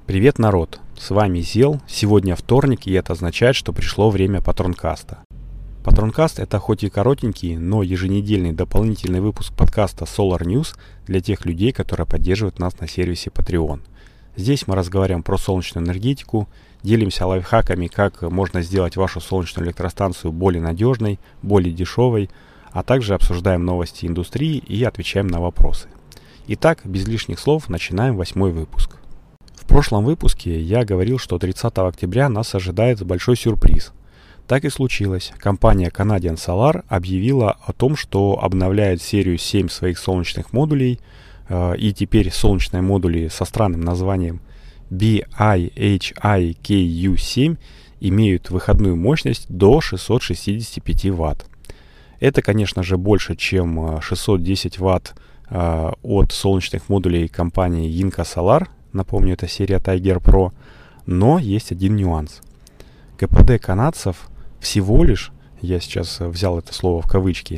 Привет, народ! С вами Зел. Сегодня вторник, и это означает, что пришло время Патронкаста. Патронкаст — это хоть и коротенький, но еженедельный дополнительный выпуск подкаста Solar News для тех людей, которые поддерживают нас на сервисе Patreon. Здесь мы разговариваем про солнечную энергетику, делимся лайфхаками, как можно сделать вашу солнечную электростанцию более надежной, более дешевой, а также обсуждаем новости индустрии и отвечаем на вопросы. Итак, без лишних слов, начинаем 8-й выпуск. В прошлом выпуске я говорил, что 30 октября нас ожидает большой сюрприз. Так и случилось. Компания Canadian Solar объявила о том, что обновляет серию 7 своих солнечных модулей, и теперь солнечные модули со странным названием BIHIKU7 имеют выходную мощность до 665 Вт. Это, конечно же, больше, чем 610 Вт от солнечных модулей компании Yinka Solar. Напомню, это серия Tiger Pro. Но есть один нюанс. КПД канадцев всего лишь, я сейчас взял это слово в кавычки,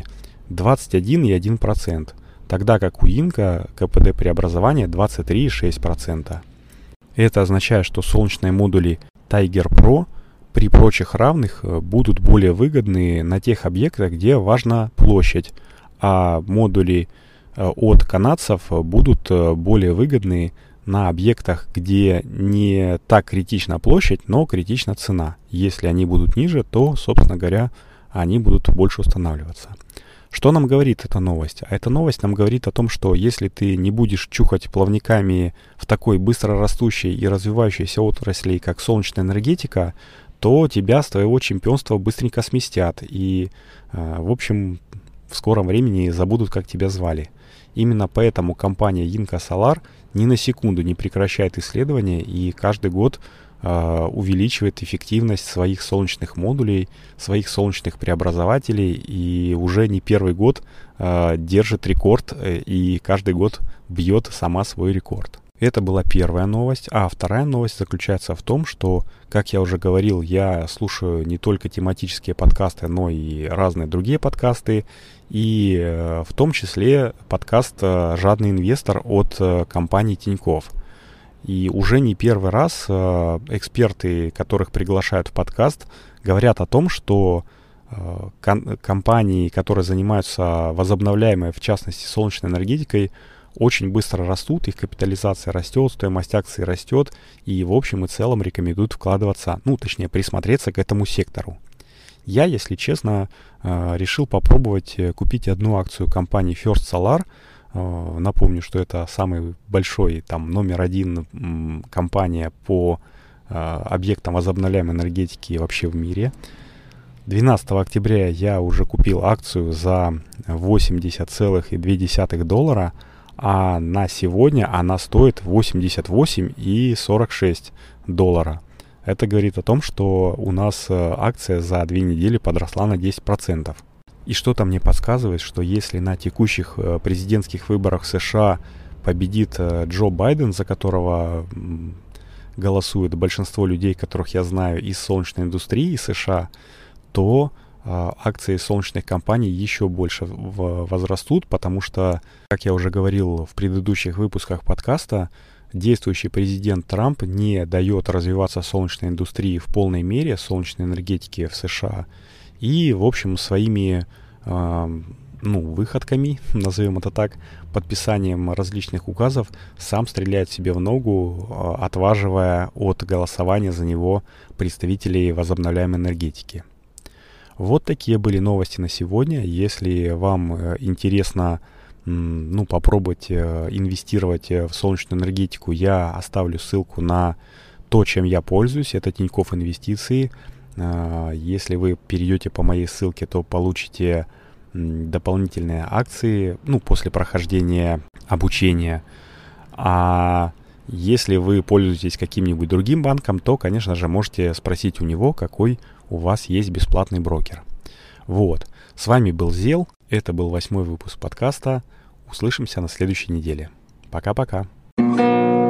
21,1%, тогда как у Yinka КПД преобразования 23,6%. Это означает, что солнечные модули Tiger Pro при прочих равных будут более выгодны на тех объектах, где важна площадь, а модули от канадцев будут более выгодны на объектах, где не так критична площадь, но критична цена. Если они будут ниже, то, собственно говоря, они будут больше устанавливаться. Что нам говорит эта новость? А эта новость нам говорит о том, что если ты не будешь чухать плавниками в такой быстро растущей и развивающейся отрасли, как солнечная энергетика, то тебя с твоего чемпионства быстренько сместят. И, в общем, в скором времени забудут, как тебя звали. Именно поэтому компания Yinka Solar ни на секунду не прекращает исследования и каждый год увеличивает эффективность своих солнечных модулей, своих солнечных преобразователей, и уже не первый год держит рекорд и каждый год бьет сама свой рекорд. Это была первая новость, а вторая новость заключается в том, что, как я уже говорил, я слушаю не только тематические подкасты, но и разные другие подкасты, и в том числе подкаст «Жадный инвестор» от компании Тинькофф. И уже не первый раз эксперты, которых приглашают в подкаст, говорят о том, что компании, которые занимаются возобновляемой, в частности, солнечной энергетикой, очень быстро растут, их капитализация растет, стоимость акций растет, и в общем и целом рекомендуют вкладываться, точнее, присмотреться к этому сектору. Я, если честно, решил попробовать купить одну акцию компании First Solar. Напомню, что это самый большой, номер один компания по объектам возобновляемой энергетики вообще в мире. 12 октября я уже купил акцию за $80,2, а на сегодня она стоит $88,46. Это говорит о том, что у нас акция за 2 недели подросла на 10%. И что-то мне подсказывает, что если на текущих президентских выборах в США победит Джо Байден, за которого голосует большинство людей, которых я знаю из солнечной индустрии США, то акции солнечных компаний еще больше возрастут, потому что, как я уже говорил в предыдущих выпусках подкаста, действующий президент Трамп не дает развиваться солнечной индустрии в полной мере, солнечной энергетике в США. И, в общем, своими выходками, назовем это так, подписанием различных указов, сам стреляет себе в ногу, отваживая от голосования за него представителей возобновляемой энергетики. Вот такие были новости на сегодня. Если вам интересно попробовать инвестировать в солнечную энергетику, я оставлю ссылку на то, чем я пользуюсь. Это Тинькофф Инвестиции. Если вы перейдете по моей ссылке, то получите дополнительные акции, после прохождения обучения. А если вы пользуетесь каким-нибудь другим банком, то, конечно же, можете спросить у него, какой у вас есть бесплатный брокер. Вот. С вами был Зел. Это был 8-й выпуск подкаста. Услышимся на следующей неделе. Пока-пока.